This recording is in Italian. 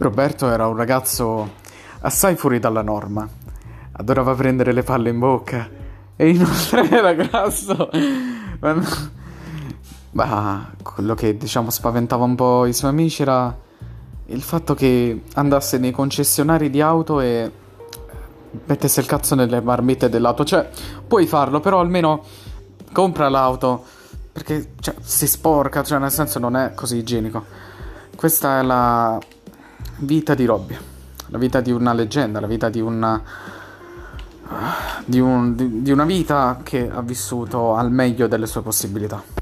Roberto era un ragazzo assai fuori dalla norma. Adorava prendere le palle in bocca e inoltre era grasso. Ma, ma quello che diciamo spaventava un po' i suoi amici era il fatto che andasse nei concessionari di auto e mettesse il cazzo nelle marmitte dell'auto. Cioè, puoi farlo, però almeno compra l'auto. Perché cioè, si sporca, cioè nel senso non è così igienico. Questa è la vita di Robby. La vita di una leggenda, la vita di una di una vita che ha vissuto al meglio delle sue possibilità.